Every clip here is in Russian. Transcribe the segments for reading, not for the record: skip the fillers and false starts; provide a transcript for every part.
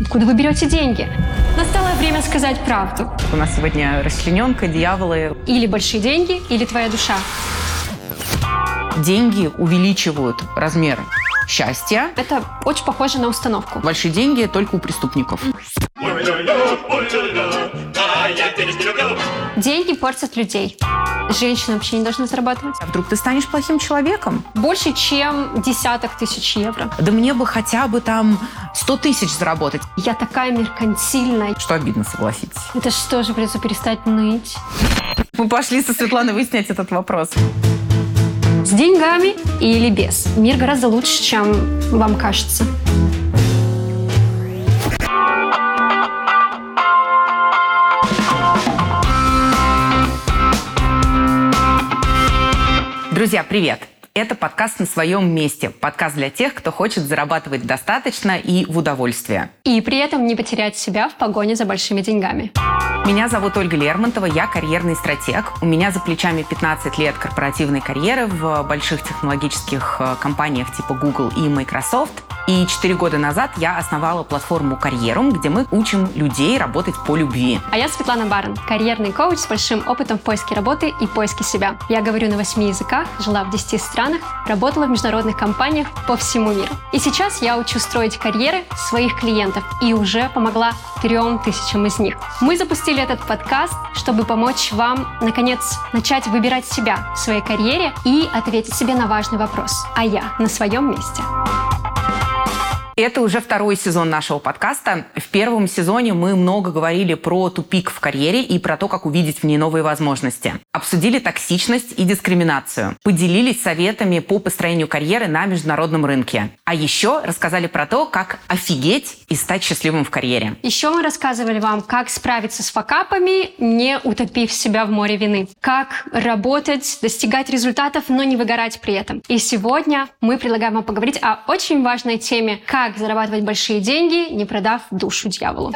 Откуда вы берете деньги? Настало время сказать правду. У нас сегодня расчлененка, дьяволы. Или большие деньги, или твоя душа. Деньги увеличивают размер счастья. Это очень похоже на установку. Большие деньги только у преступников. Деньги портят людей. Женщина вообще не должна зарабатывать. А вдруг ты станешь плохим человеком? Больше, чем десяток тысяч евро. Да мне бы хотя бы там 100 тысяч заработать. Я такая меркантильная. Что обидно, согласитесь. Это что же, придется перестать ныть? Мы пошли со Светланой выяснять этот вопрос. С деньгами или без? Мир гораздо лучше, чем вам кажется. Друзья, привет! Это подкаст «На своем месте». Подкаст для тех, кто хочет зарабатывать достаточно и в удовольствие. И при этом не потерять себя в погоне за большими деньгами. Меня зовут Ольга Лермонтова, я карьерный стратег. У меня за плечами 15 лет корпоративной карьеры в больших технологических компаниях типа Google и Microsoft. И 4 года назад я основала платформу «Карьерум», где мы учим людей работать по любви. А я Светлана Барн, карьерный коуч с большим опытом в поиске работы и поиске себя. Я говорю на 8 языках, жила в 10 странах, работала в международных компаниях по всему миру. И сейчас я учу строить карьеры своих клиентов и уже помогла 3000 из них. Мы запустили этот подкаст, чтобы помочь вам, наконец, начать выбирать себя в своей карьере и ответить себе на важный вопрос. А я на своем месте? Это уже второй сезон нашего подкаста. В первом сезоне мы много говорили про тупик в карьере и про то, как увидеть в ней новые возможности. Обсудили токсичность и дискриминацию. Поделились советами по построению карьеры на международном рынке. А еще рассказали про то, как офигеть и стать счастливым в карьере. Еще мы рассказывали вам, как справиться с факапами, не утопив себя в море вины. Как работать, достигать результатов, но не выгорать при этом. И сегодня мы предлагаем вам поговорить о очень важной теме, как зарабатывать большие деньги, не продав душу дьяволу.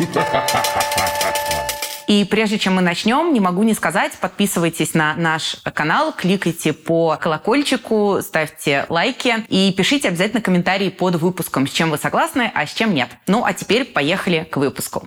И прежде чем мы начнем, не могу не сказать, подписывайтесь на наш канал, кликайте по колокольчику, ставьте лайки и пишите обязательно комментарии под выпуском, с чем вы согласны, а с чем нет. Ну а теперь поехали к выпуску.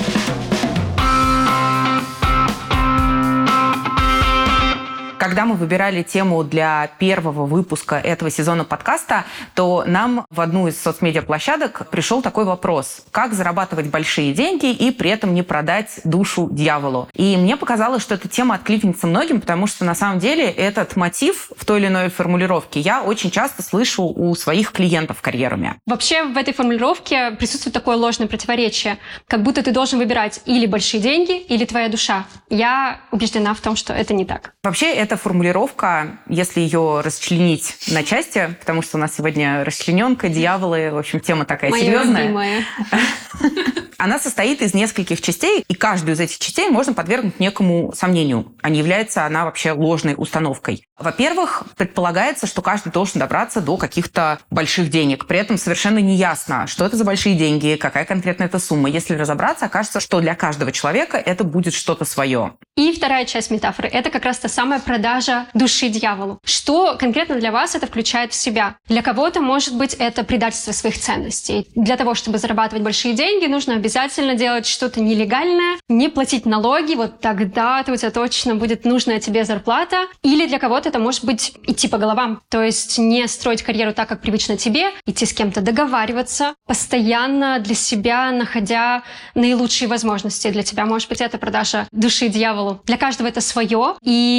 Когда мы выбирали тему для первого выпуска этого сезона подкаста, то нам в одну из соцмедиаплощадок пришел такой вопрос. Как зарабатывать большие деньги и при этом не продать душу дьяволу? И мне показалось, что эта тема откликнется многим, потому что на самом деле этот мотив в той или иной формулировке я очень часто слышу у своих клиентов в карьеруме. Вообще в этой формулировке присутствует такое ложное противоречие. Как будто ты должен выбирать или большие деньги, или твоя душа. Я убеждена в том, что это не так. Вообще, эта формулировка, если ее расчленить на части, потому что у нас сегодня расчлененка, дьяволы, в общем, тема такая серьезная. Моя любимая. Она состоит из нескольких частей, и каждую из этих частей можно подвергнуть некому сомнению. А не является она вообще ложной установкой. Во-первых, предполагается, что каждый должен добраться до каких-то больших денег. При этом совершенно не ясно, что это за большие деньги, какая конкретно эта сумма. Если разобраться, окажется, что для каждого человека это будет что-то свое. И вторая часть метафоры – это как раз та самая продажа души дьяволу. Что конкретно для вас это включает в себя? Для кого-то, может быть, это предательство своих ценностей. Для того, чтобы зарабатывать большие деньги, нужно обязательно делать что-то нелегальное, не платить налоги, вот тогда-то у тебя точно будет нужная тебе зарплата. Или для кого-то это может быть идти по головам. То есть не строить карьеру так, как привычно тебе, идти с кем-то договариваться, постоянно для себя находя наилучшие возможности. Для тебя, может быть, это продажа души дьяволу. Для каждого это свое,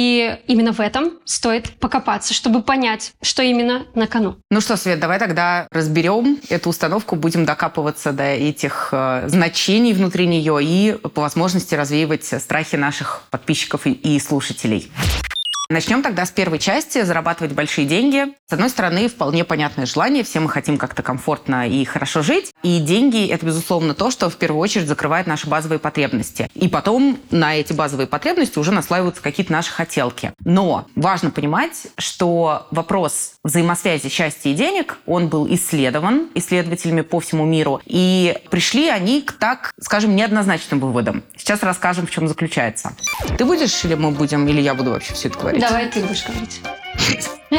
и именно в этом стоит покопаться, чтобы понять, что именно на кону. Ну что, Свет, давай тогда разберем эту установку, будем докапываться до этих значений внутри нее и по возможности развеивать страхи наших подписчиков и слушателей. Начнем тогда с первой части – зарабатывать большие деньги. С одной стороны, вполне понятное желание, все мы хотим как-то комфортно и хорошо жить. И деньги – это, безусловно, то, что в первую очередь закрывает наши базовые потребности. И потом на эти базовые потребности уже наслаиваются какие-то наши хотелки. Но важно понимать, что вопрос взаимосвязи счастья и денег, он был исследован исследователями по всему миру. И пришли они к, так скажем, неоднозначным выводам. Сейчас расскажем, в чем заключается. Ты будешь или мы будем, или я буду вообще все это говорить? Давай ты будешь говорить.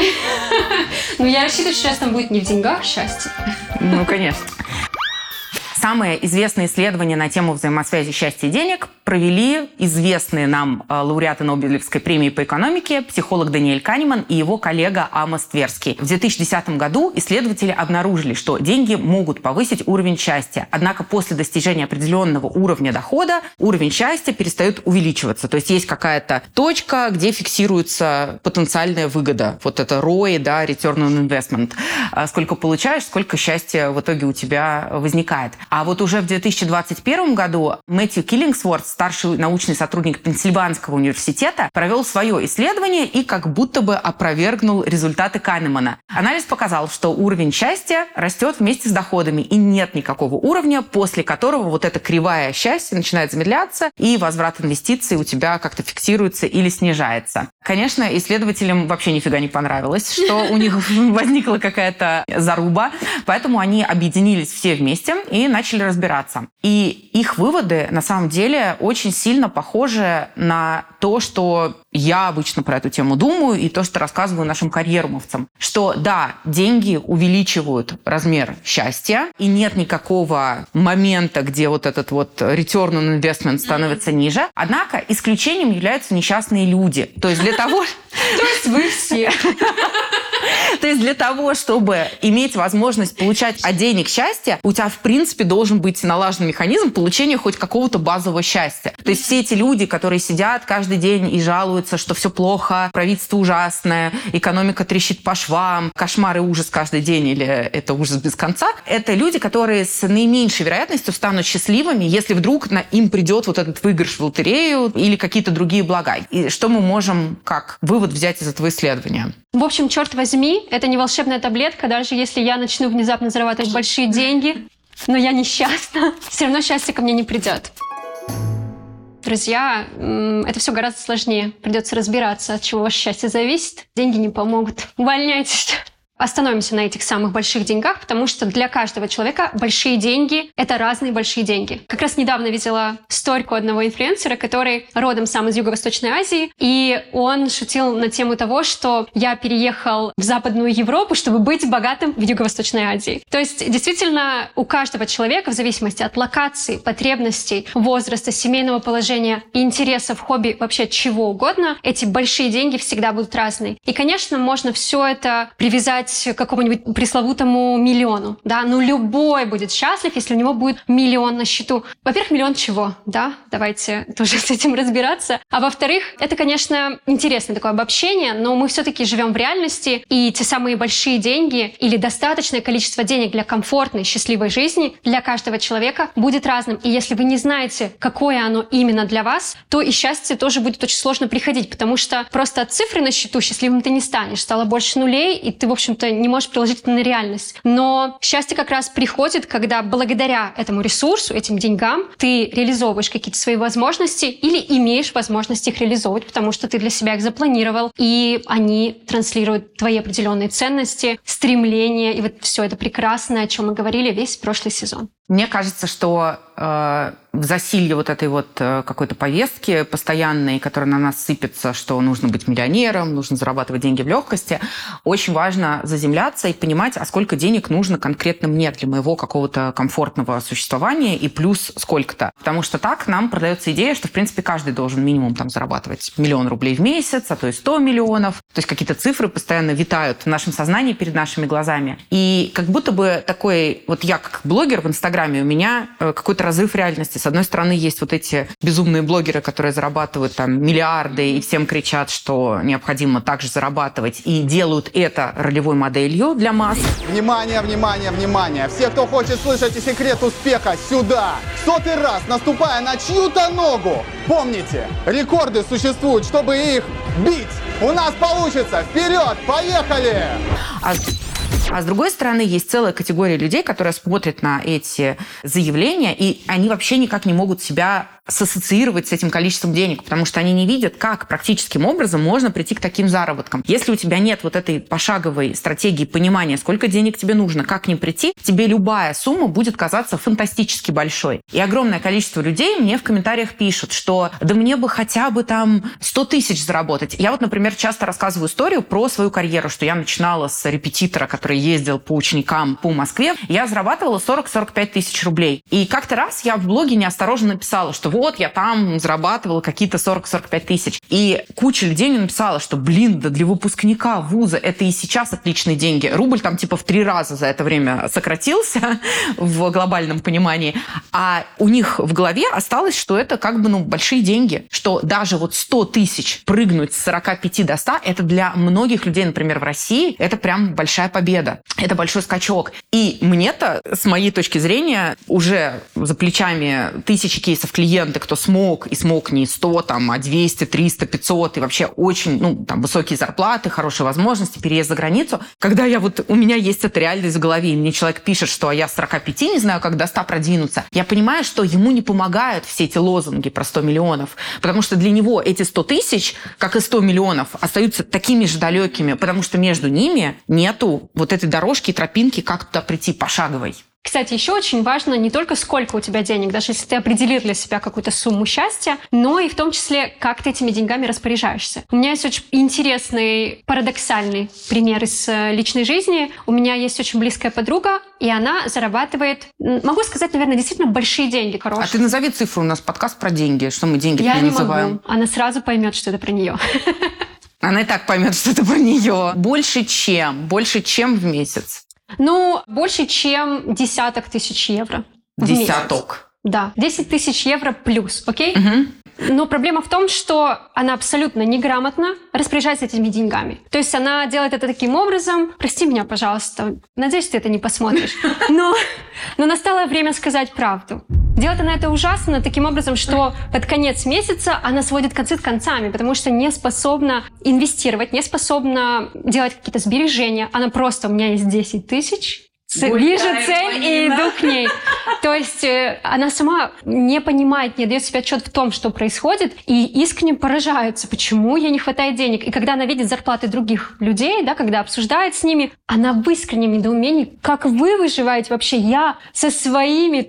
Ну, я рассчитываю, что сейчас там будет не в деньгах счастье. Ну, конечно. Самые известные исследования на тему взаимосвязи счастья и денег провели известные нам лауреаты Нобелевской премии по экономике, психолог Даниэль Канеман и его коллега Амос Тверский. В 2010 году исследователи обнаружили, что деньги могут повысить уровень счастья. Однако после достижения определенного уровня дохода уровень счастья перестает увеличиваться. То есть есть какая-то точка, где фиксируется потенциальная выгода. Вот это ROI, да, Return on Investment. Сколько получаешь, сколько счастья в итоге у тебя возникает. А вот уже в 2021 году Мэтью Киллингсворт, старший научный сотрудник Пенсильванского университета, провел свое исследование и как будто бы опровергнул результаты Канемана. Анализ показал, что уровень счастья растет вместе с доходами, и нет никакого уровня, после которого вот эта кривая счастья начинает замедляться, и возврат инвестиций у тебя как-то фиксируется или снижается. Конечно, исследователям вообще нифига не понравилось, что у них возникла какая-то заруба, поэтому они объединились все вместе и начали разбираться. И их выводы, на самом деле, очень сильно похожи на то, что я обычно про эту тему думаю, и то, что рассказываю нашим карьерумовцам. Что да, деньги увеличивают размер счастья, и нет никакого момента, где вот этот вот return on investment становится ниже. Однако исключением являются несчастные люди. То есть для того... То есть вы все. То есть для того, чтобы иметь возможность получать от денег счастье, у тебя, в принципе, должен быть налажен механизм получения хоть какого-то базового счастья. То есть все эти люди, которые сидят каждый день и жалуются, что все плохо, правительство ужасное, экономика трещит по швам, кошмар и ужас каждый день, или это ужас без конца, это люди, которые с наименьшей вероятностью станут счастливыми, если вдруг им придет вот этот выигрыш в лотерею или какие-то другие блага. И что мы можем как вывод взять из этого исследования? В общем, черт возьми, это не волшебная таблетка, даже если я начну внезапно зарабатывать большие деньги, но я несчастна, все равно счастье ко мне не придет. Друзья, это все гораздо сложнее. Придется разбираться, от чего ваше счастье зависит. Деньги не помогут. Увольняйтесь. Остановимся на этих самых больших деньгах, потому что для каждого человека большие деньги – это разные большие деньги. Как раз недавно видела сторьку одного инфлюенсера, который родом сам из Юго-Восточной Азии, и он шутил на тему того, что я переехал в Западную Европу, чтобы быть богатым в Юго-Восточной Азии. То есть, действительно, у каждого человека, в зависимости от локации, потребностей, возраста, семейного положения, интересов, хобби, вообще чего угодно, эти большие деньги всегда будут разные. И, конечно, можно все это привязать к какому-нибудь пресловутому миллиону, да, но любой будет счастлив, если у него будет миллион на счету. Во-первых, миллион чего, да, давайте тоже с этим разбираться. А во-вторых, это, конечно, интересное такое обобщение, но мы все-таки живем в реальности, и те самые большие деньги или достаточное количество денег для комфортной, счастливой жизни для каждого человека будет разным. И если вы не знаете, какое оно именно для вас, то и счастье тоже будет очень сложно приходить, потому что просто от цифры на счету счастливым ты не станешь. Стало больше нулей, и ты, в общем-то, не можешь приложить это на реальность. Но счастье как раз приходит, когда благодаря этому ресурсу, этим деньгам, ты реализовываешь какие-то свои возможности или имеешь возможность их реализовывать, потому что ты для себя их запланировал, и они транслируют твои определенные ценности, стремления, и вот все это прекрасное, о чем мы говорили весь прошлый сезон. Мне кажется, что в засилье вот этой вот какой-то повестки постоянной, которая на нас сыпется, что нужно быть миллионером, нужно зарабатывать деньги в легкости, очень важно заземляться и понимать, а сколько денег нужно конкретно мне для моего какого-то комфортного существования и плюс сколько-то. Потому что так нам продается идея, что, в принципе, каждый должен минимум там зарабатывать 1 000 000 рублей в месяц, а то и 100 миллионов. То есть какие-то цифры постоянно витают в нашем сознании перед нашими глазами. И как будто бы такой, вот я как блогер в Инстаграме, у меня какой-то разрыв реальности. С одной стороны, есть вот эти безумные блогеры, которые зарабатывают там миллиарды и всем кричат, что необходимо также зарабатывать, и делают это ролевой моделью для масс. Внимание, внимание, внимание! Все, кто хочет слышать и секрет успеха, сюда! В 100-й раз, наступая на чью-то ногу, помните, рекорды существуют, чтобы их бить! У нас получится! Вперед! Поехали! А с другой стороны, есть целая категория людей, которые смотрят на эти заявления, и они вообще никак не могут себя сассоциировать с этим количеством денег, потому что они не видят, как практическим образом можно прийти к таким заработкам. Если у тебя нет вот этой пошаговой стратегии понимания, сколько денег тебе нужно, как к ним прийти, тебе любая сумма будет казаться фантастически большой. И огромное количество людей мне в комментариях пишут, что да мне бы хотя бы там 100 тысяч заработать. Я вот, например, часто рассказываю историю про свою карьеру, что я начинала с репетитора, который ездил по ученикам по Москве. Я зарабатывала 40-45 тысяч рублей. И как-то раз я в блоге неосторожно написала, что вот я там зарабатывала какие-то 40-45 тысяч. И куча людей мне написала, что, блин, да для выпускника вуза это и сейчас отличные деньги. Рубль там типа в 3 раза за это время сократился в глобальном понимании. А у них в голове осталось, что это как бы, большие деньги. Что даже вот 100 тысяч прыгнуть с 45 до 100, это для многих людей, например, в России, это прям большая победа. Это большой скачок. И мне-то, с моей точки зрения, уже за плечами тысячи кейсов клиенты, кто смог, и смог не 100, а 200, 300, 500, и вообще очень, высокие зарплаты, хорошие возможности, переезд за границу. Когда у меня есть эта реальность в голове, и мне человек пишет, что я с 45 не знаю, как до 100 продвинуться, я понимаю, что ему не помогают все эти лозунги про 100 миллионов, потому что для него эти 100 тысяч, как и 100 миллионов, остаются такими же далекими, потому что между ними нету вот этой дорожки и тропинки, как туда прийти пошаговой. Кстати, еще очень важно не только сколько у тебя денег, даже если ты определил для себя какую-то сумму счастья, но и в том числе, как ты этими деньгами распоряжаешься. У меня есть очень интересный, парадоксальный пример из личной жизни. У меня есть очень близкая подруга, и она зарабатывает, могу сказать, наверное, действительно большие деньги, хорошие. А ты назови цифру, у нас подкаст про деньги, что мы деньги Я не называем. могу, она сразу поймет, что это про нее. Она и так поймет, что это про нее. Больше чем в месяц. Больше, чем десяток тысяч евро. Десяток. Да, 10 тысяч евро плюс, окей? Угу. Но проблема в том, что она абсолютно неграмотно распоряжается этими деньгами. То есть она делает это таким образом. Прости меня, пожалуйста. Надеюсь, ты это не посмотришь. Но настало время сказать правду. Делает она это ужасно, таким образом, что под конец месяца она сводит концы с концами, потому что не способна инвестировать, не способна делать какие-то сбережения. Она просто, у меня есть 10 тысяч, вижу цель и иду к ней. То есть она сама не понимает, не дает себе отчет в том, что происходит, и искренне поражается, почему ей не хватает денег. И когда она видит зарплаты других людей, когда обсуждает с ними, она в искреннем недоумении, как вы выживаете вообще? Я со своими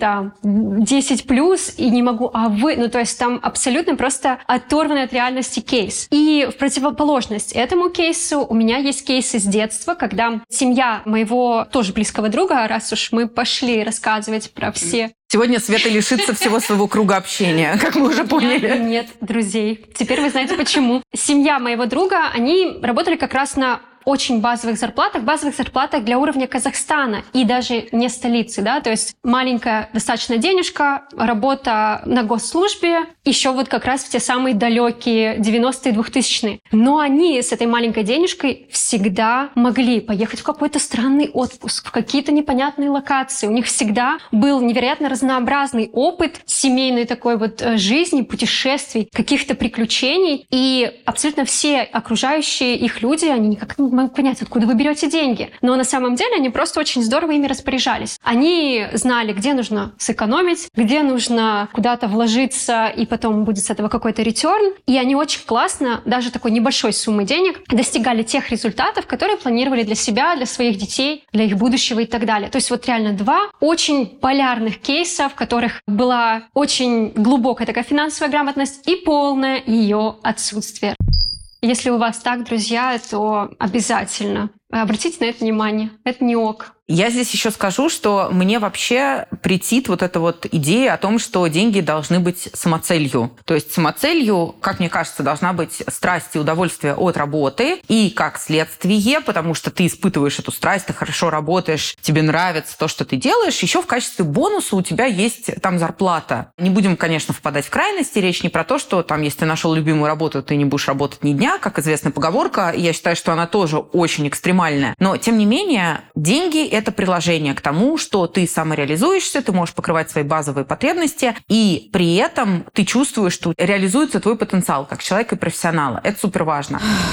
10 плюс и не могу, а вы... то есть там абсолютно просто оторванный от реальности кейс. И в противоположность этому кейсу у меня есть кейсы с детства, когда семья моего тоже близкого друга, раз уж мы пошли рассказывать про все... Сегодня Света лишится всего своего круга общения, как мы уже поняли. Нет друзей. Теперь вы знаете почему. Семья моего друга, они работали как раз на очень базовых зарплатах для уровня Казахстана и даже не столицы, то есть маленькая достаточно денежка, работа на госслужбе, еще как раз в те самые далекие 90-е, 2000-е. Но они с этой маленькой денежкой всегда могли поехать в какой-то странный отпуск, в какие-то непонятные локации. У них всегда был невероятно разнообразный опыт семейной такой жизни, путешествий, каких-то приключений. И абсолютно все окружающие их люди, они никак не могут понять, откуда вы берете деньги. Но на самом деле они просто очень здорово ими распоряжались. Они знали, где нужно сэкономить, где нужно куда-то вложиться, и потом будет с этого какой-то ретерн. И они очень классно, даже такой небольшой суммы денег, достигали тех результатов, которые планировали для себя, для своих детей, для их будущего и так далее. То есть реально 2 очень полярных кейса, в которых была очень глубокая такая финансовая грамотность и полное ее отсутствие. Если у вас так, друзья, то обязательно обратите на это внимание. Это не ок. Я здесь еще скажу, что мне вообще претит эта идея о том, что деньги должны быть самоцелью. То есть самоцелью, как мне кажется, должна быть страсть и удовольствие от работы, и как следствие, потому что ты испытываешь эту страсть, ты хорошо работаешь, тебе нравится то, что ты делаешь, еще в качестве бонуса у тебя есть там зарплата. Не будем, конечно, впадать в крайности, речь не про то, что если ты нашел любимую работу, ты не будешь работать ни дня, как известная поговорка, я считаю, что она тоже очень экстремальная. Но, тем не менее, деньги – это приложение к тому, что ты самореализуешься, ты можешь покрывать свои базовые потребности, и при этом ты чувствуешь, что реализуется твой потенциал как человека и профессионала. Это супер важно.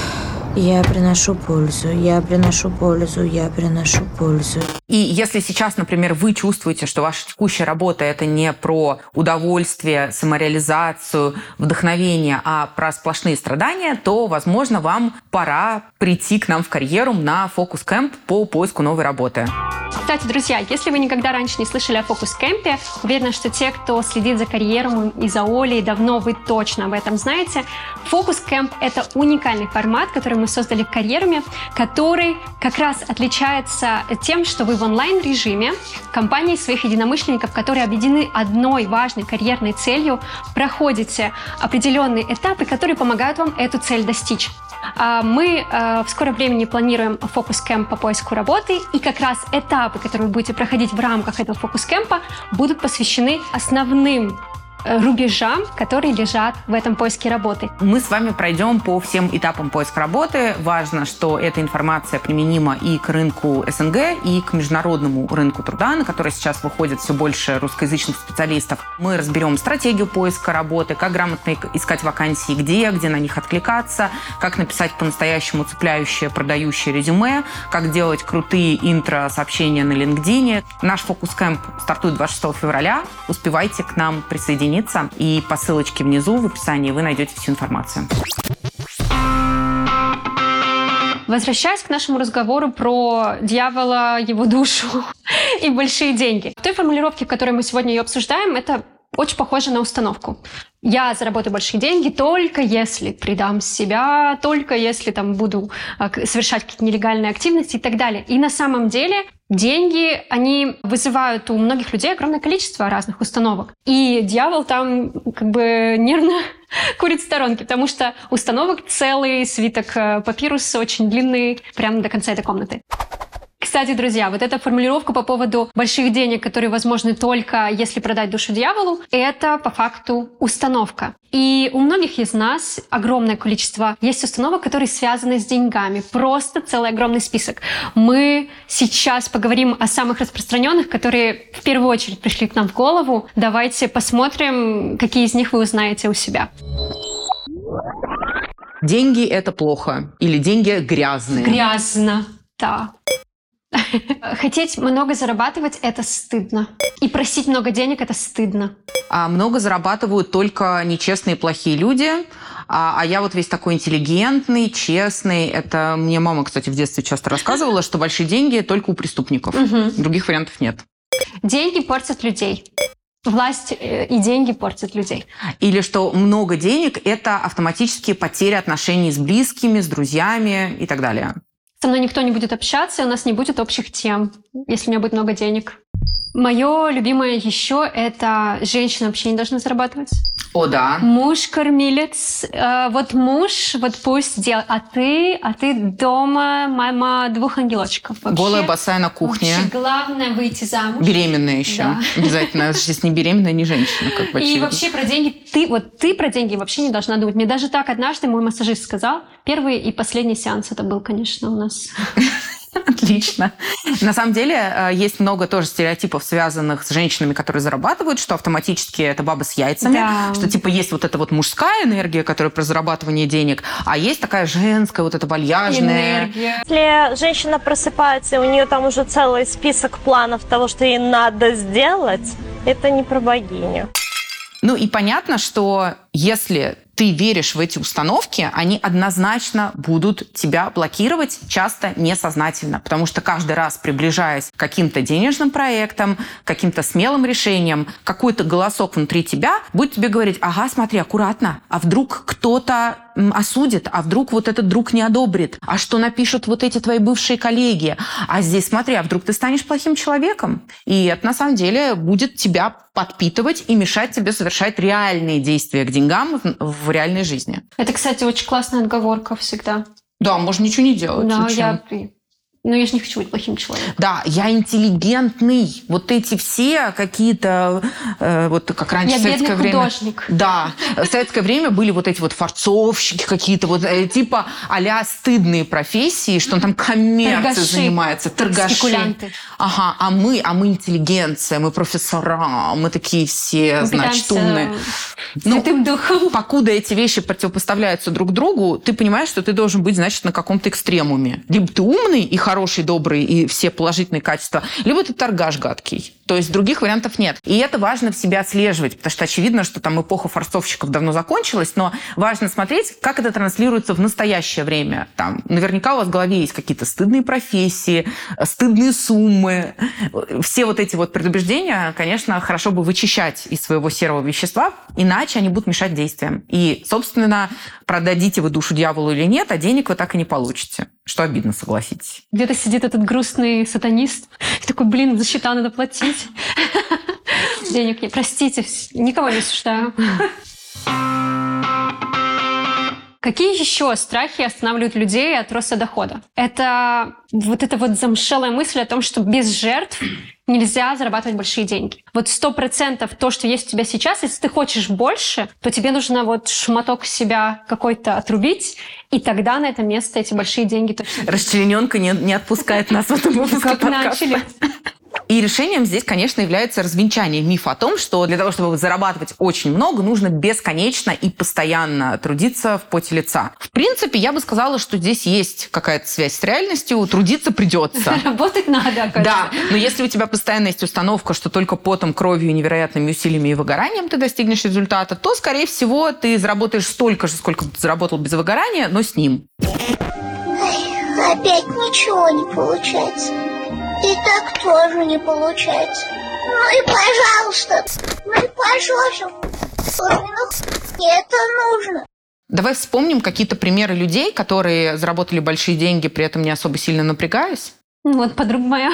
Я приношу пользу, я приношу пользу, я приношу пользу. И если сейчас, например, вы чувствуете, что ваша текущая работа – это не про удовольствие, самореализацию, вдохновение, а про сплошные страдания, то, возможно, вам пора прийти к нам в карьеру на фокус-кэмп по поиску новой работы. Кстати, друзья, если вы никогда раньше не слышали о фокус-кэмпе, уверена, что те, кто следит за карьером и за Олей, давно вы точно об этом знаете. Фокус-кэмп – это уникальный формат, который мы создали в карьеруме, который как раз отличается тем, что вы в онлайн-режиме в компании своих единомышленников, которые объединены одной важной карьерной целью, проходите определенные этапы, которые помогают вам эту цель достичь. Мы в скором времени планируем фокус-кэмп по поиску работы, и как раз этапы, которые вы будете проходить в рамках этого фокус-кэмпа, будут посвящены основным рубежам, которые лежат в этом поиске работы. Мы с вами пройдем по всем этапам поиска работы. Важно, что эта информация применима и к рынку СНГ, и к международному рынку труда, на который сейчас выходит все больше русскоязычных специалистов. Мы разберем стратегию поиска работы, как грамотно искать вакансии, где на них откликаться, как написать по-настоящему цепляющее, продающее резюме, как делать крутые интро-сообщения на LinkedIn. Наш фокус-кэмп стартует 26 февраля. Успевайте к нам присоединиться. И по ссылочке внизу в описании вы найдете всю информацию. Возвращаясь к нашему разговору про дьявола, его душу и большие деньги. В той формулировке, в которой мы сегодня ее обсуждаем, это очень похоже на установку. Я заработаю большие деньги только если предам себя, только если буду совершать какие-то нелегальные активности и так далее. И на самом деле деньги, они вызывают у многих людей огромное количество разных установок. И дьявол там нервно курит в сторонке, потому что установок целый свиток папируса, очень длинный, прямо до конца этой комнаты. Кстати, друзья, вот эта формулировка по поводу больших денег, которые возможны только если продать душу дьяволу, это по факту установка. И у многих из нас огромное количество есть установок, которые связаны с деньгами. Просто целый огромный список. Мы сейчас поговорим о самых распространенных, которые в первую очередь пришли к нам в голову. Давайте посмотрим, какие из них вы узнаете у себя. Деньги – это плохо. Или деньги грязные. Грязно, да. Хотеть много зарабатывать – это стыдно. И просить много денег – это стыдно. А много зарабатывают только нечестные плохие люди. А я вот весь такой интеллигентный, честный. Это мне мама, кстати, в детстве часто рассказывала, что большие деньги только у преступников. Других вариантов нет. Деньги портят людей. Власть и деньги портят людей. Или что много денег – это автоматически потеря отношений с близкими, с друзьями и так далее. Со мной никто не будет общаться, и у нас не будет общих тем, если у меня будет много денег. Мое любимое еще – это женщины вообще не должны зарабатывать. О, да. Муж-кормилец. Вот муж, вот пусть делает. А ты дома мама двух ангелочков. Вообще, голая босая на кухне. Вообще главное выйти замуж. Беременная еще. Да. Обязательно. Здесь не беременная, не женщина. Как бы, и вообще про деньги. Ты про деньги вообще не должна думать. Мне даже так однажды мой массажист сказал. Первый и последний сеанс это был, конечно, у нас. Отлично. На самом деле есть много тоже стереотипов, связанных с женщинами, которые зарабатывают, что автоматически это баба с яйцами, да. Что типа есть вот эта вот мужская энергия, которая про зарабатывание денег, а есть такая женская, вот эта вальяжная. Энергия. Если женщина просыпается, и у нее там уже целый список планов того, что ей надо сделать, это не про богиню. Ну и понятно, что если ты веришь в эти установки, они однозначно будут тебя блокировать, часто несознательно. Потому что каждый раз, приближаясь к каким-то денежным проектам, каким-то смелым решениям, какой-то голосок внутри тебя будет тебе говорить: ага, смотри, аккуратно, а вдруг кто-то осудит, а вдруг вот этот друг не одобрит, а что напишут вот эти твои бывшие коллеги, а здесь смотри, а вдруг ты станешь плохим человеком. И это на самом деле будет тебя подпитывать и мешать тебе совершать реальные действия к деньгам в реальной жизни. Это, кстати, очень классная отговорка всегда. Да, можно ничего не делать. Да, Но я же не хочу быть плохим человеком. Да, я интеллигентный. Вот эти все какие-то... вот как раньше я в советское бедный время... художник. Да, в советское время были вот эти вот форцовщики какие-то, вот типа а-ля стыдные профессии, что он там коммерцией Торгаши, занимается, торгаши. спекулянты. Ага, а мы интеллигенция, мы профессора, мы такие все, Мы значит, питаемся умные. Святым Духом. Покуда эти вещи противопоставляются друг другу, ты понимаешь, что ты должен быть, значит, на каком-то экстремуме. Либо ты умный и хороший, добрый, и все положительные качества, либо ты торгаш гадкий. То есть других вариантов нет. И это важно в себе отслеживать, потому что очевидно, что там эпоха форцовщиков давно закончилась, но важно смотреть, как это транслируется в настоящее время. Там наверняка у вас в голове есть какие-то стыдные профессии, стыдные суммы. Все вот эти вот предубеждения, конечно, хорошо бы вычищать из своего серого вещества, иначе они будут мешать действиям. И, собственно, продадите вы душу дьяволу или нет, а денег вы так и не получите. Что обидно, согласитесь. Где-то сидит этот грустный сатанист. И такой, блин, за счета надо платить. Денег не... Простите, никого не осуждаю. Какие еще страхи останавливают людей от роста дохода? Это вот эта вот замшелая мысль о том, что без жертв нельзя зарабатывать большие деньги. Вот 100% то, что есть у тебя сейчас, если ты хочешь больше, то тебе нужно вот шматок себя какой-то отрубить, и тогда на это место эти большие деньги точно... Расчлененка не отпускает нас в этом выпуске Как подкаста. начали. И решением здесь, конечно, является развенчание мифа о том, что для того, чтобы зарабатывать очень много, нужно бесконечно и постоянно трудиться в поте лица. В принципе, я бы сказала, что здесь есть какая-то связь с реальностью, трудиться придется. Работать надо, оказывается. Да, но если у тебя постоянно есть установка, что только потом, кровью, невероятными усилиями и выгоранием ты достигнешь результата, то, скорее всего, ты заработаешь столько же, сколько ты заработал без выгорания, но с ним. Опять ничего не получается. И так тоже не получается. Ну и пожалуйста, мне это нужно. Давай вспомним какие-то примеры людей, которые заработали большие деньги, при этом не особо сильно напрягаясь. Ну вот подруга моя.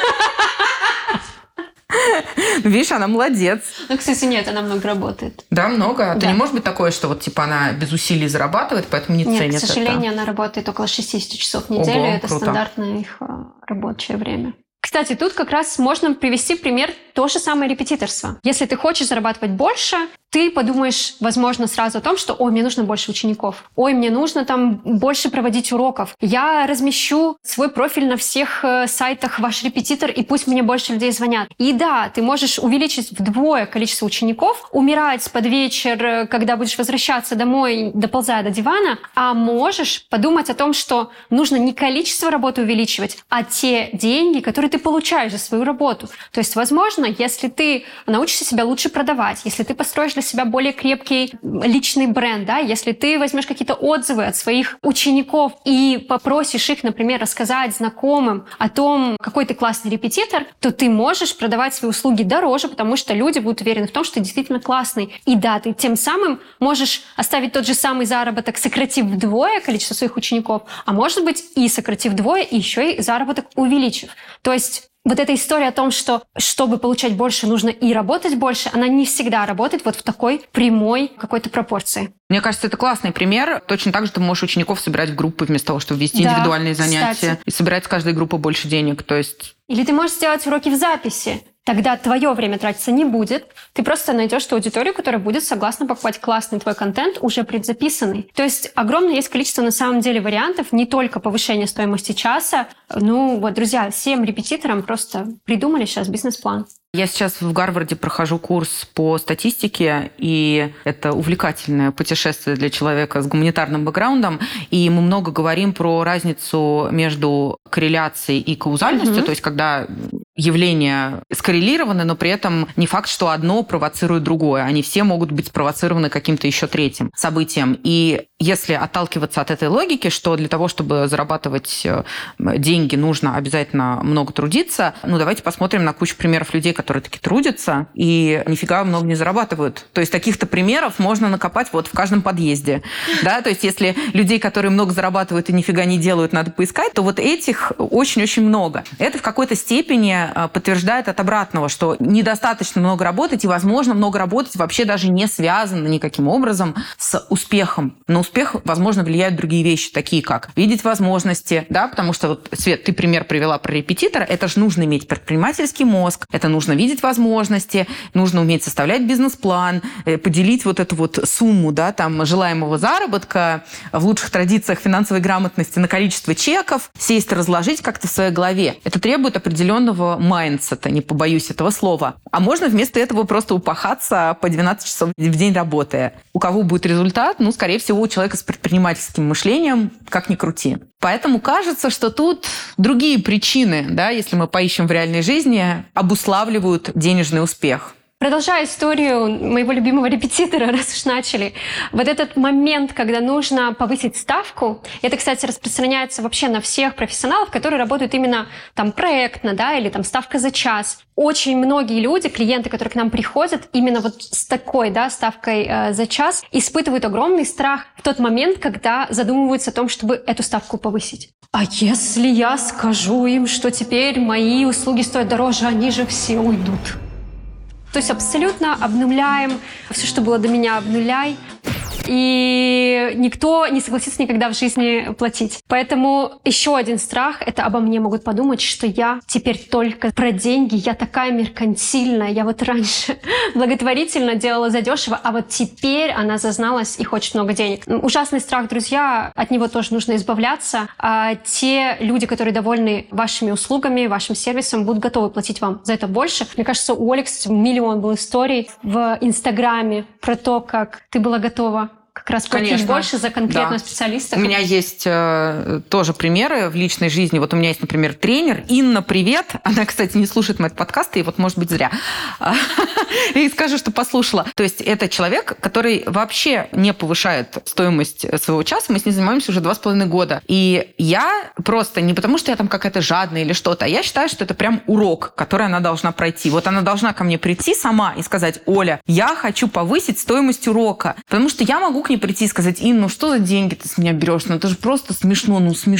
Видишь, она молодец. Ну, кстати, нет, она много работает. Да, много. А Да. то не может быть такое, что вот типа она без усилий зарабатывает, поэтому не Нет, ценит к это? сожалению, она работает около 60 часов в неделю. Ого, Это круто. стандартное их рабочее время. Кстати, тут как раз можно привести пример то же самое репетиторство. Если ты хочешь зарабатывать больше, ты подумаешь, возможно, сразу о том, что «Ой, мне нужно больше учеников», «Ой, мне нужно там больше проводить уроков», «Я размещу свой профиль на всех сайтах «Ваш репетитор», и пусть мне больше людей звонят». И да, ты можешь увеличить вдвое количество учеников, умирать под вечер, когда будешь возвращаться домой, доползая до дивана, а можешь подумать о том, что нужно не количество работы увеличивать, а те деньги, которые ты получаешь за свою работу. То есть, возможно, если ты научишься себя лучше продавать, если ты построишь для себя более крепкий личный бренд, да, если ты возьмешь какие-то отзывы от своих учеников и попросишь их, например, рассказать знакомым о том, какой ты классный репетитор, то ты можешь продавать свои услуги дороже, потому что люди будут уверены в том, что ты действительно классный. И да, ты тем самым можешь оставить тот же самый заработок, сократив вдвое количество своих учеников, а может быть и сократив вдвое, и еще и заработок увеличив. То есть вот эта история о том, что чтобы получать больше, нужно и работать больше, она не всегда работает вот в такой прямой какой-то пропорции. Мне кажется, это классный пример. Точно так же ты можешь учеников собирать в группы вместо того, чтобы вести Да, индивидуальные занятия. кстати. И собирать с каждой группы больше денег. То есть... Или ты можешь сделать уроки в записи. Тогда твое время тратиться не будет. Ты просто найдешь ту аудиторию, которая будет согласна покупать классный твой контент, уже предзаписанный. То есть огромное есть количество на самом деле вариантов, не только повышения стоимости часа. Ну вот, друзья, всем репетиторам просто придумали сейчас бизнес-план. Я сейчас в Гарварде прохожу курс по статистике, и это увлекательное путешествие для человека с гуманитарным бэкграундом. И мы много говорим про разницу между корреляцией и каузальностью, то есть когда явления скоррелированы, но при этом не факт, что одно провоцирует другое. Они все могут быть спровоцированы каким-то еще третьим событием. И если отталкиваться от этой логики, что для того, чтобы зарабатывать деньги, нужно обязательно много трудиться, ну давайте посмотрим на кучу примеров людей, которые таки трудятся и нифига много не зарабатывают. То есть таких-то примеров можно накопать вот в каждом подъезде. Да? То есть если людей, которые много зарабатывают и нифига не делают, надо поискать, то вот этих очень-очень много. Это в какой-то степени исследования подтверждают от обратного, что недостаточно много работать, и, возможно, много работать вообще даже не связано никаким образом с успехом. На успех, возможно, влияют другие вещи, такие как видеть возможности, да, потому что, вот, Свет, ты пример привела про репетитора, это же нужно иметь предпринимательский мозг, это нужно видеть возможности, нужно уметь составлять бизнес-план, поделить вот эту вот сумму, да, там, желаемого заработка в лучших традициях финансовой грамотности на количество чеков, сесть и разложить как-то в своей голове. Это требует определенного майндсета, не побоюсь этого слова. А можно вместо этого просто упахаться по 12 часов в день работая. У кого будет результат? Ну, скорее всего, у человека с предпринимательским мышлением, как ни крути. Поэтому кажется, что тут другие причины, да, если мы поищем в реальной жизни, обуславливают денежный успех. Продолжая историю моего любимого репетитора, раз уж начали, вот этот момент, когда нужно повысить ставку, это, кстати, распространяется вообще на всех профессионалов, которые работают именно там проектно, да, или там ставка за час. Очень многие люди, клиенты, которые к нам приходят, именно вот с такой, да, ставкой за час, испытывают огромный страх в тот момент, когда задумываются о том, чтобы эту ставку повысить. А если я скажу им, что теперь мои услуги стоят дороже, они же все уйдут. То есть абсолютно обнуляем все, что было до меня, обнуляй. И никто не согласится никогда в жизни платить. Поэтому еще один страх — это обо мне могут подумать, что я теперь только про деньги, я такая меркантильная, я вот раньше благотворительно делала задешево, а вот теперь она зазналась и хочет много денег. Ужасный страх, друзья, от него тоже нужно избавляться. А те люди, которые довольны вашими услугами, вашим сервисом, будут готовы платить вам за это больше. Мне кажется, у Оли, кстати, миллион был историй в Инстаграме про то, как ты была готова как раз платить Конечно. Больше за конкретного Да. специалиста. У меня есть тоже примеры в личной жизни. Вот у меня есть, например, тренер. Инна, привет. Она, кстати, не слушает мои подкасты, и вот, может быть, зря. И скажу, что послушала. То есть это человек, который вообще не повышает стоимость своего часа. Мы с ней занимаемся уже 2,5 года. И я просто не потому, что я там какая-то жадная или что-то, а я считаю, что это прям урок, который она должна пройти. Вот она должна ко мне прийти сама и сказать: Оля, я хочу повысить стоимость урока. Потому что я могу к ней прийти и сказать: Ин, ну что за деньги ты с меня берешь? Ну это же просто смешно,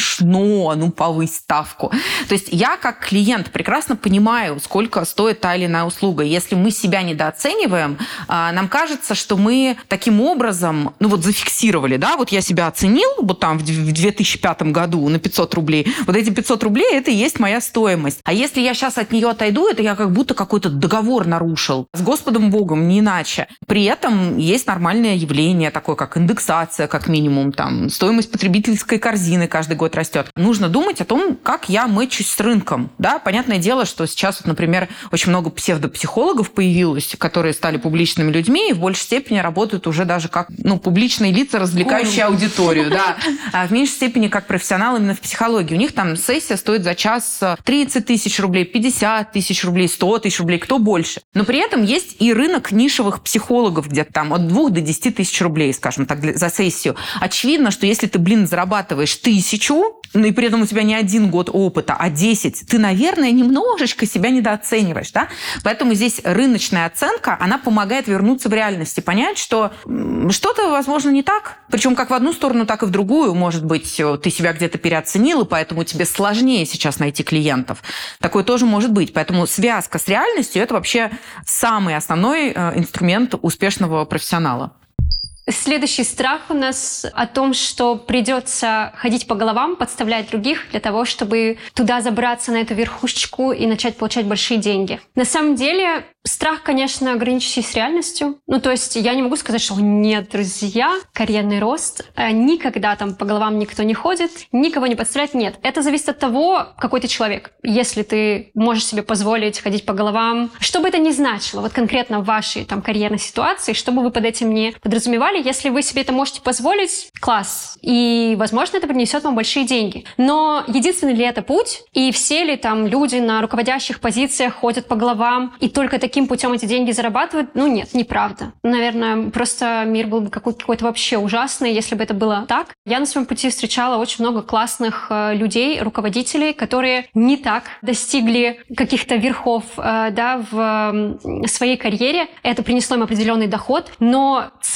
ну повысь ставку. То есть я как клиент прекрасно понимаю, сколько стоит та или иная услуга. Если мы себя недооцениваем, нам кажется, что мы таким образом, ну вот зафиксировали, да, вот я себя оценил вот там в 2005 году на 500 рублей, вот эти 500 рублей это и есть моя стоимость. А если я сейчас от нее отойду, это я как будто какой-то договор нарушил с Господом Богом, не иначе. При этом есть нормальное явление такое, как индексация, как минимум, там, стоимость потребительской корзины каждый год растет. Нужно думать о том, как я мэчусь с рынком. Да? Понятное дело, что сейчас, вот, например, очень много псевдопсихологов появилось, которые стали публичными людьми и в большей степени работают уже даже как публичные лица, развлекающие аудиторию. Да? А в меньшей степени как профессионалы именно в психологии. У них там сессия стоит за час 30 тысяч рублей, 50 тысяч рублей, 100 тысяч рублей, кто больше. Но при этом есть и рынок нишевых психологов где-то там от 2 до 10 тысяч рублей, скажем так, за сессию. Очевидно, что если ты, зарабатываешь 1000, ну и при этом у тебя не 1 год опыта, а 10, ты, наверное, немножечко себя недооцениваешь, да? Поэтому здесь рыночная оценка, она помогает вернуться в реальность и понять, что что-то, возможно, не так. Причем как в одну сторону, так и в другую. Может быть, ты себя где-то переоценил, и поэтому тебе сложнее сейчас найти клиентов. Такое тоже может быть. Поэтому связка с реальностью – это вообще самый основной инструмент успешного профессионала. Следующий страх у нас о том, что придется ходить по головам, подставлять других для того, чтобы туда забраться на эту верхушечку и начать получать большие деньги. На самом деле страх, конечно, ограничивающий с реальностью. Ну, то есть я не могу сказать, что нет, друзья, карьерный рост, никогда там по головам никто не ходит, никого не подставляет. Нет, это зависит от того, какой ты человек. Если ты можешь себе позволить ходить по головам, что бы это ни значило, вот конкретно в вашей там карьерной ситуации, что бы вы под этим не подразумевали, если вы себе это можете позволить, класс. И, возможно, это принесет вам большие деньги. Но единственный ли это путь? И все ли там люди на руководящих позициях ходят по головам и только таким путем эти деньги зарабатывают? Ну нет, неправда. Наверное, просто мир был бы какой-то вообще ужасный, если бы это было так. Я на своем пути встречала очень много классных людей, руководителей, которые не так достигли каких-то верхов в своей карьере. Это принесло им определенный доход, но ценностность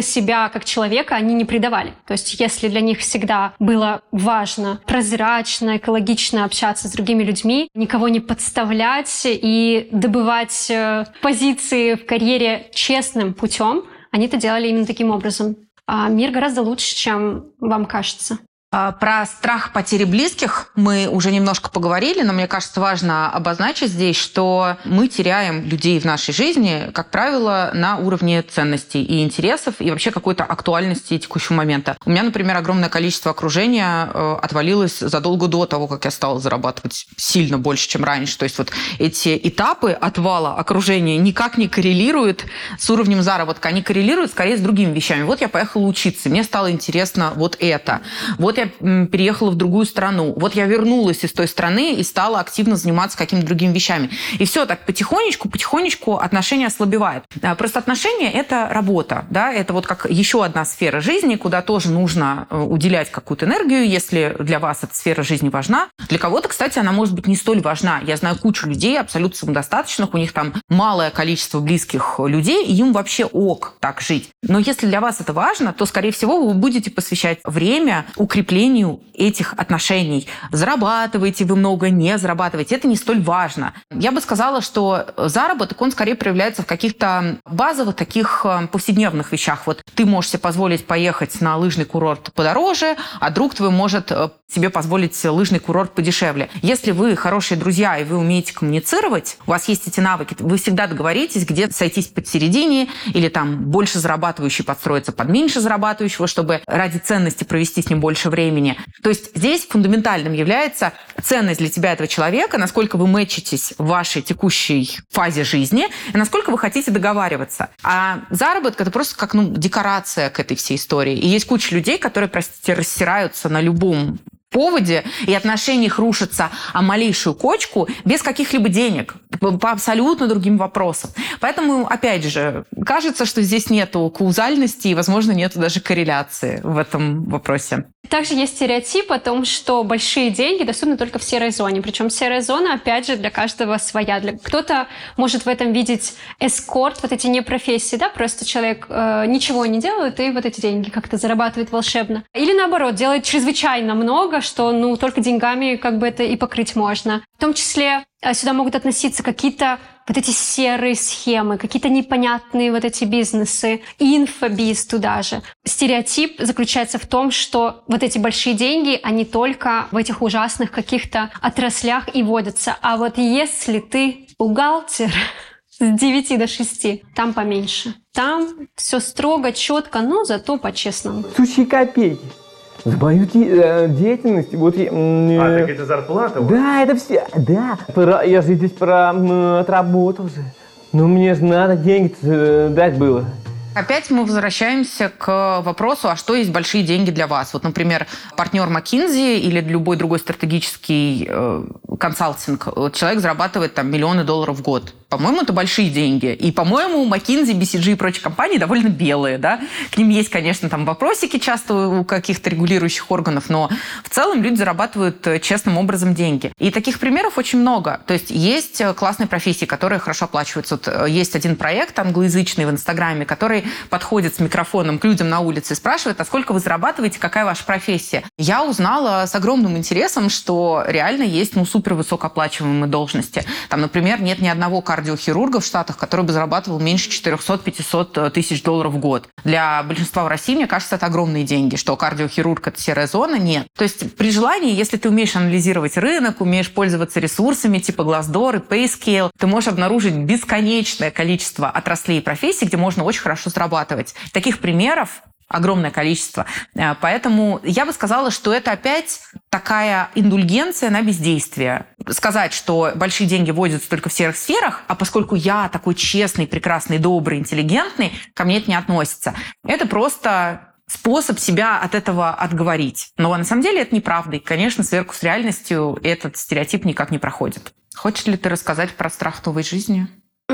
смысла себя как человека они не придавали. То есть если для них всегда было важно прозрачно, экологично общаться с другими людьми, никого не подставлять и добывать позиции в карьере честным путем, они это делали именно таким образом. А мир гораздо лучше, чем вам кажется. Про страх потери близких мы уже немножко поговорили, но мне кажется, важно обозначить здесь, что мы теряем людей в нашей жизни, как правило, на уровне ценностей и интересов, и вообще какой-то актуальности текущего момента. У меня, например, огромное количество окружения отвалилось задолго до того, как я стала зарабатывать сильно больше, чем раньше. То есть вот эти этапы отвала окружения никак не коррелируют с уровнем заработка, они коррелируют скорее с другими вещами. Вот я поехала учиться, мне стало интересно вот это. Вот я переехала в другую страну. Вот я вернулась из той страны и стала активно заниматься какими-то другими вещами. И все так потихонечку отношения ослабевают. Просто отношения – это работа. Да? Это вот как еще одна сфера жизни, куда тоже нужно уделять какую-то энергию, если для вас эта сфера жизни важна. Для кого-то, кстати, она может быть не столь важна. Я знаю кучу людей абсолютно самодостаточных, у них там малое количество близких людей, и им вообще ок так жить. Но если для вас это важно, то, скорее всего, вы будете посвящать время укреплению этих отношений. Зарабатываете вы много, не зарабатываете. Это не столь важно. Я бы сказала, что заработок, он скорее проявляется в каких-то базовых таких повседневных вещах. Вот ты можешь себе позволить поехать на лыжный курорт подороже, а друг твой может себе позволить лыжный курорт подешевле. Если вы хорошие друзья и вы умеете коммуницировать, у вас есть эти навыки, вы всегда договоритесь, где сойтись посередине или там больше зарабатывающий подстроиться под меньше зарабатывающего, чтобы ради ценности провести с ним больше времени. То есть здесь фундаментальным является ценность для тебя этого человека, насколько вы мэчитесь в вашей текущей фазе жизни и насколько вы хотите договариваться. А заработок – это просто как декорация к этой всей истории. И есть куча людей, которые, простите, рассираются на любом поводе, и отношения их рушатся о малейшую кочку без каких-либо денег, по абсолютно другим вопросам. Поэтому, опять же, кажется, что здесь нету каузальности и, возможно, нету даже корреляции в этом вопросе. Также есть стереотип о том, что большие деньги доступны только в серой зоне. Причем серая зона, опять же, для каждого своя. Кто-то может в этом видеть эскорт, вот эти непрофессии, да, просто человек ничего не делает и вот эти деньги как-то зарабатывает волшебно. Или наоборот, делает чрезвычайно много, что только деньгами как бы это и покрыть можно. В том числе сюда могут относиться какие-то вот эти серые схемы, какие-то непонятные вот эти бизнесы, инфобиз туда же. Стереотип заключается в том, что вот эти большие деньги, они только в этих ужасных каких-то отраслях и водятся. А вот если ты бухгалтер с 9 до 6, там поменьше. Там все строго, четко, но зато по-честному. Сущие копейки. За мою деятельность. Вот так это зарплата? Да, это все. Да. Я же здесь отработал же. Но мне же надо деньги дать было. Опять мы возвращаемся к вопросу, а что есть большие деньги для вас? Вот, например, партнер McKinsey или любой другой стратегический консалтинг, человек зарабатывает там миллионы долларов в год. По-моему, это большие деньги. И, по-моему, McKinsey, BCG и прочие компании довольно белые. Да? К ним есть, конечно, там вопросики часто у каких-то регулирующих органов, но в целом люди зарабатывают честным образом деньги. И таких примеров очень много. То есть классные профессии, которые хорошо оплачиваются. Вот есть один проект англоязычный в Инстаграме, который подходит с микрофоном к людям на улице и спрашивает, а сколько вы зарабатываете, какая ваша профессия? Я узнала с огромным интересом, что реально есть супер высокооплачиваемые должности. Там, например, нет ни одного кардиохирурга в Штатах, который бы зарабатывал меньше 400-500 тысяч долларов в год. Для большинства в России, мне кажется, это огромные деньги. Что кардиохирург – это серая зона? Нет. То есть при желании, если ты умеешь анализировать рынок, умеешь пользоваться ресурсами типа Glassdoor и PayScale, ты можешь обнаружить бесконечное количество отраслей и профессий, где можно очень хорошо зарабатывать. Таких примеров огромное количество. Поэтому я бы сказала, что это опять такая индульгенция на бездействие. Сказать, что большие деньги водятся только в серых сферах, а поскольку я такой честный, прекрасный, добрый, интеллигентный, ко мне это не относится. Это просто способ себя от этого отговорить. Но на самом деле это неправда. И, конечно, сверху с реальностью этот стереотип никак не проходит. Хочешь ли ты рассказать про страх новой жизни?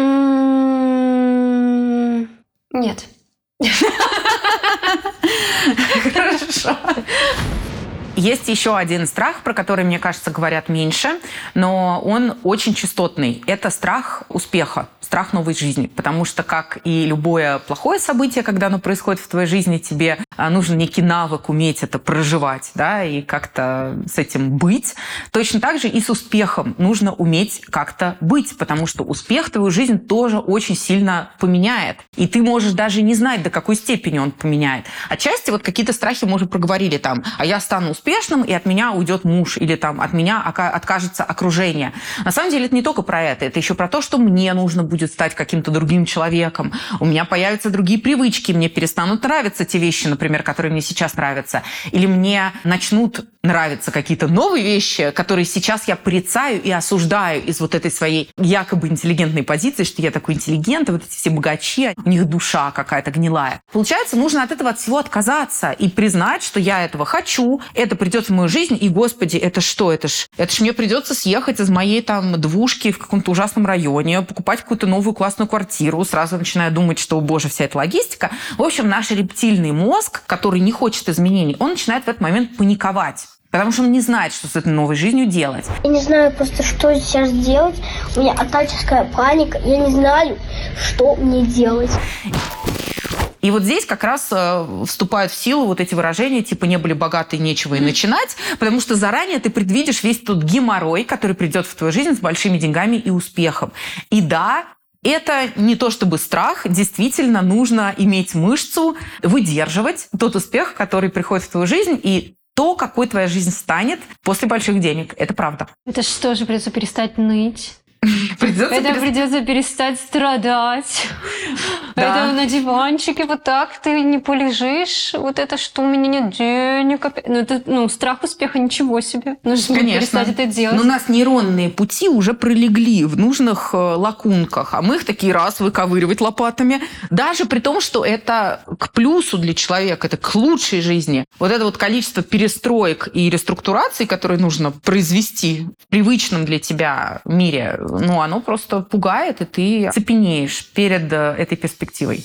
Нет. Хорошо. Есть еще один страх, про который, мне кажется, говорят меньше, но он очень частотный. Это страх успеха, страх новой жизни. Потому что, как и любое плохое событие, когда оно происходит в твоей жизни, тебе нужен некий навык уметь это проживать, да, и как-то с этим быть. Точно так же и с успехом нужно уметь как-то быть, потому что успех твою жизнь тоже очень сильно поменяет. И ты можешь даже не знать, до какой степени он поменяет. Отчасти вот какие-то страхи мы уже проговорили там, а я стану успешным, и от меня уйдет муж, или там от меня откажется окружение. На самом деле это не только про это еще про то, что мне нужно будет стать каким-то другим человеком, у меня появятся другие привычки, мне перестанут нравиться те вещи, например, которые мне сейчас нравятся, или мне начнут нравятся какие-то новые вещи, которые сейчас я порицаю и осуждаю из вот этой своей якобы интеллигентной позиции, что я такой интеллигент, а вот эти все богачи, у них душа какая-то гнилая. Получается, нужно от этого от всего отказаться и признать, что я этого хочу, это придет в мою жизнь, и, господи, это что? Это ж мне придется съехать из моей там двушки в каком-то ужасном районе, покупать какую-то новую классную квартиру, сразу начинаю думать, что, боже, вся эта логистика. В общем, наш рептильный мозг, который не хочет изменений, он начинает в этот момент паниковать. Потому что он не знает, что с этой новой жизнью делать. Я не знаю просто, что сейчас делать. У меня атаческая паника. Я не знаю, что мне делать. И вот здесь как раз вступают в силу вот эти выражения, типа «не были богаты, нечего и начинать», потому что заранее ты предвидишь весь тот геморрой, который придет в твою жизнь с большими деньгами и успехом. И да, это не то чтобы страх, действительно нужно иметь мышцу, выдерживать тот успех, который приходит в твою жизнь, и то, какой твоя жизнь станет после больших денег. Это правда. Это что же, придется перестать ныть? Придется перестать страдать. Да. Это на диванчике вот так ты не полежишь. Вот это что, у меня нет денег. Это, страх успеха, ничего себе. Нужно перестать это делать. Но у нас нейронные пути уже пролегли в нужных лакунках, а мы их такие раз выковыривать лопатами. Даже при том, что это к плюсу для человека, это к лучшей жизни. Вот это вот количество перестроек и реструктураций, которые нужно произвести в привычном для тебя мире, оно просто пугает, и ты цепенеешь перед этой перспективой.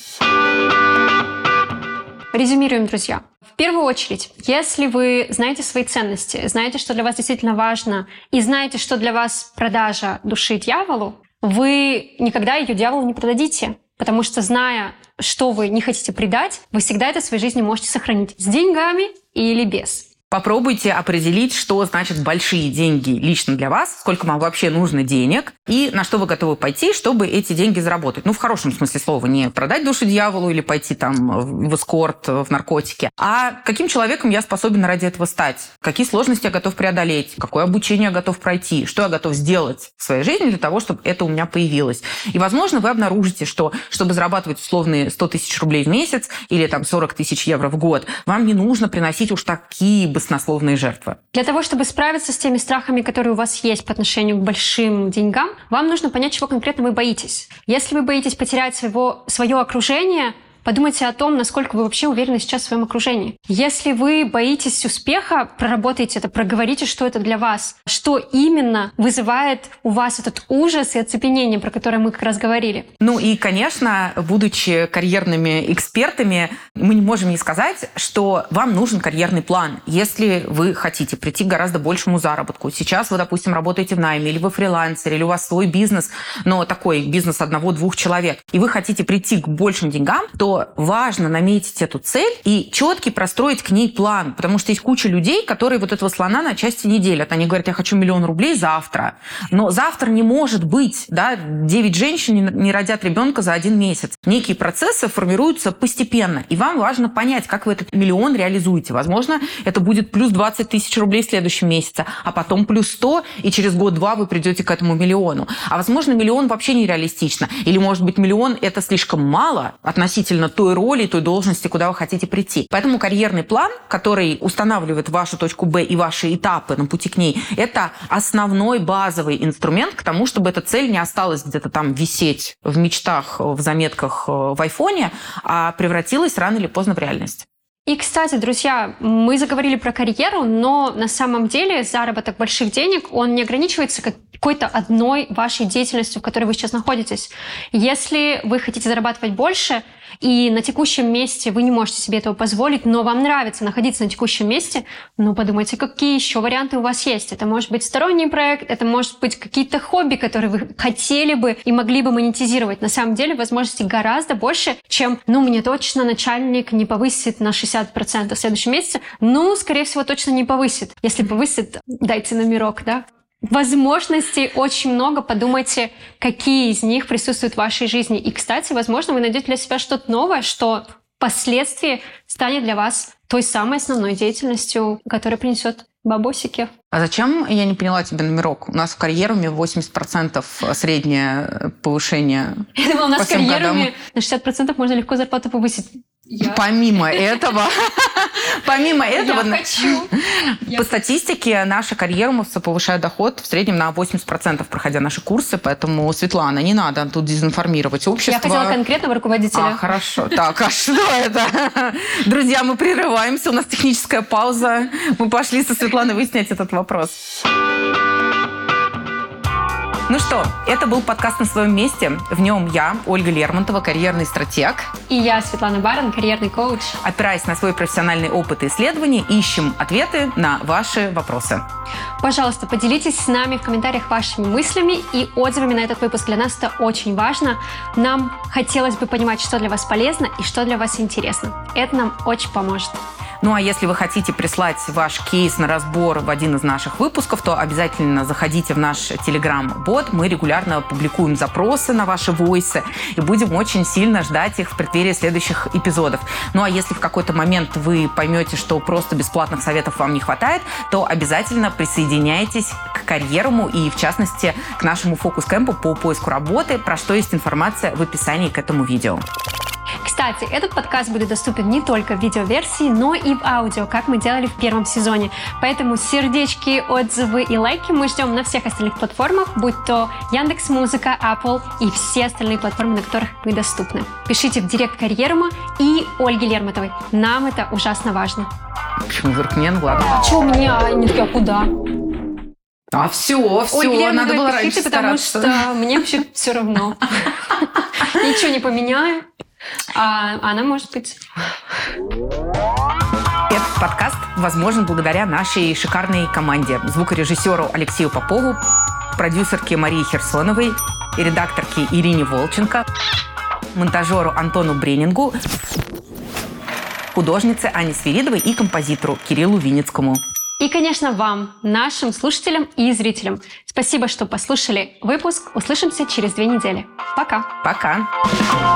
Резюмируем, друзья. В первую очередь, если вы знаете свои ценности, знаете, что для вас действительно важно, и знаете, что для вас продажа души дьяволу, вы никогда ее дьяволу не продадите. Потому что, зная, что вы не хотите предать, вы всегда это в своей жизни можете сохранить с деньгами или без. Попробуйте определить, что значит большие деньги лично для вас, сколько вам вообще нужно денег, и на что вы готовы пойти, чтобы эти деньги заработать. В хорошем смысле слова, не продать душу дьяволу или пойти там в эскорт, в наркотики, а каким человеком я способен ради этого стать, какие сложности я готов преодолеть, какое обучение я готов пройти, что я готов сделать в своей жизни для того, чтобы это у меня появилось. И, возможно, вы обнаружите, что, чтобы зарабатывать условные 100 тысяч рублей в месяц или там 40 тысяч евро в год, вам не нужно приносить уж такие баснословные жертвы. Для того, чтобы справиться с теми страхами, которые у вас есть по отношению к большим деньгам, вам нужно понять, чего конкретно вы боитесь. Если вы боитесь потерять свое окружение, подумайте о том, насколько вы вообще уверены сейчас в своем окружении. Если вы боитесь успеха, проработайте это, проговорите, что это для вас. Что именно вызывает у вас этот ужас и оцепенение, про которое мы как раз говорили. И, конечно, будучи карьерными экспертами, мы не можем не сказать, что вам нужен карьерный план. Если вы хотите прийти к гораздо большему заработку, сейчас вы, допустим, работаете в найме, или вы фрилансер, или у вас свой бизнес, но такой бизнес 1-2 человек, и вы хотите прийти к большим деньгам, то важно наметить эту цель и четко простроить к ней план. Потому что есть куча людей, которые вот этого слона на части не делят. Они говорят, я хочу 1 000 000 рублей завтра. Но завтра не может быть. 9 женщин не родят ребенка за 1 месяц. Некие процессы формируются постепенно. И вам важно понять, как вы этот 1 000 000 реализуете. Возможно, это будет плюс 20 тысяч рублей в следующем месяце, а потом плюс 100, и через год-два вы придете к этому 1 000 000. А возможно, 1 000 000 вообще нереалистично. Или, может быть, 1 000 000 это слишком мало относительно той роли, той должности, куда вы хотите прийти. Поэтому карьерный план, который устанавливает вашу точку Б и ваши этапы на пути к ней, это основной базовый инструмент к тому, чтобы эта цель не осталась где-то там висеть в мечтах, в заметках в айфоне, а превратилась рано или поздно в реальность. И, кстати, друзья, мы заговорили про карьеру, но на самом деле заработок больших денег, он не ограничивается какой-то одной вашей деятельностью, в которой вы сейчас находитесь. Если вы хотите зарабатывать больше, и на текущем месте вы не можете себе этого позволить, но вам нравится находиться на текущем месте, ну, подумайте, какие еще варианты у вас есть. Это может быть сторонний проект, это может быть какие-то хобби, которые вы хотели бы и могли бы монетизировать. На самом деле возможностей гораздо больше, чем, ну, мне точно начальник не повысит на 60% в следующем месяце. Ну, скорее всего, точно не повысит. Если повысит, дайте номерок, да? Возможностей очень много. Подумайте, какие из них присутствуют в вашей жизни. И, кстати, возможно, вы найдете для себя что-то новое, что впоследствии станет для вас той самой основной деятельностью, которая принесет бабосики. А зачем, я не поняла, тебе номерок? У нас в карьеруме 80% среднее повышение. Я думала, у нас в по всем карьеруме на 60% можно легко зарплату повысить. Помимо этого, Я хочу. по статистике наши карьерумовцы повышают доход в среднем на 80%, проходя наши курсы. Поэтому, Светлана, не надо тут дезинформировать общество. Я хотела конкретного руководителя. Хорошо. Так, а что это? Друзья, мы прерываемся. У нас техническая пауза. Мы пошли со Светланой выяснять этот вопрос. Ну что, это был подкаст «На своем месте». В нем я, Ольга Лермонтова, карьерный стратег. И я, Светлана Барон, карьерный коуч. Опираясь на свой профессиональный опыт и исследований, ищем ответы на ваши вопросы. Пожалуйста, поделитесь с нами в комментариях вашими мыслями и отзывами на этот выпуск. Для нас это очень важно. Нам хотелось бы понимать, что для вас полезно и что для вас интересно. Это нам очень поможет. Ну а если вы хотите прислать ваш кейс на разбор в один из наших выпусков, то обязательно заходите в наш Telegram-бот. Мы регулярно публикуем запросы на ваши войсы и будем очень сильно ждать их в преддверии следующих эпизодов. Ну а если в какой-то момент вы поймете, что просто бесплатных советов вам не хватает, то обязательно присоединяйтесь к карьеруму и, в частности, к нашему фокус-кэмпу по поиску работы, про что есть информация в описании к этому видео. Кстати, этот подкаст будет доступен не только в видеоверсии, но и в аудио, как мы делали в первом сезоне. Поэтому сердечки, отзывы и лайки мы ждем на всех остальных платформах, будь то Яндекс.Музыка, Apple и все остальные платформы, на которых мы доступны. Пишите в директ карьерума и Ольге Лермонтовой. Нам это ужасно важно. Почему вдруг мне? Ну ладно. А что у меня? Они такие, а куда? А все, надо было раньше пишите, потому стараться. что мне вообще все равно. Ничего не поменяю. А она может быть. Этот подкаст возможен благодаря нашей шикарной команде. Звукорежиссеру Алексею Попову, продюсерке Марии Херсоновой, и редакторке Ирине Волченко, монтажеру Антону Бренингу, художнице Ане Свиридовой и композитору Кириллу Винницкому. И, конечно, вам, нашим слушателям и зрителям. Спасибо, что послушали выпуск. Услышимся через 2 недели. Пока. Пока.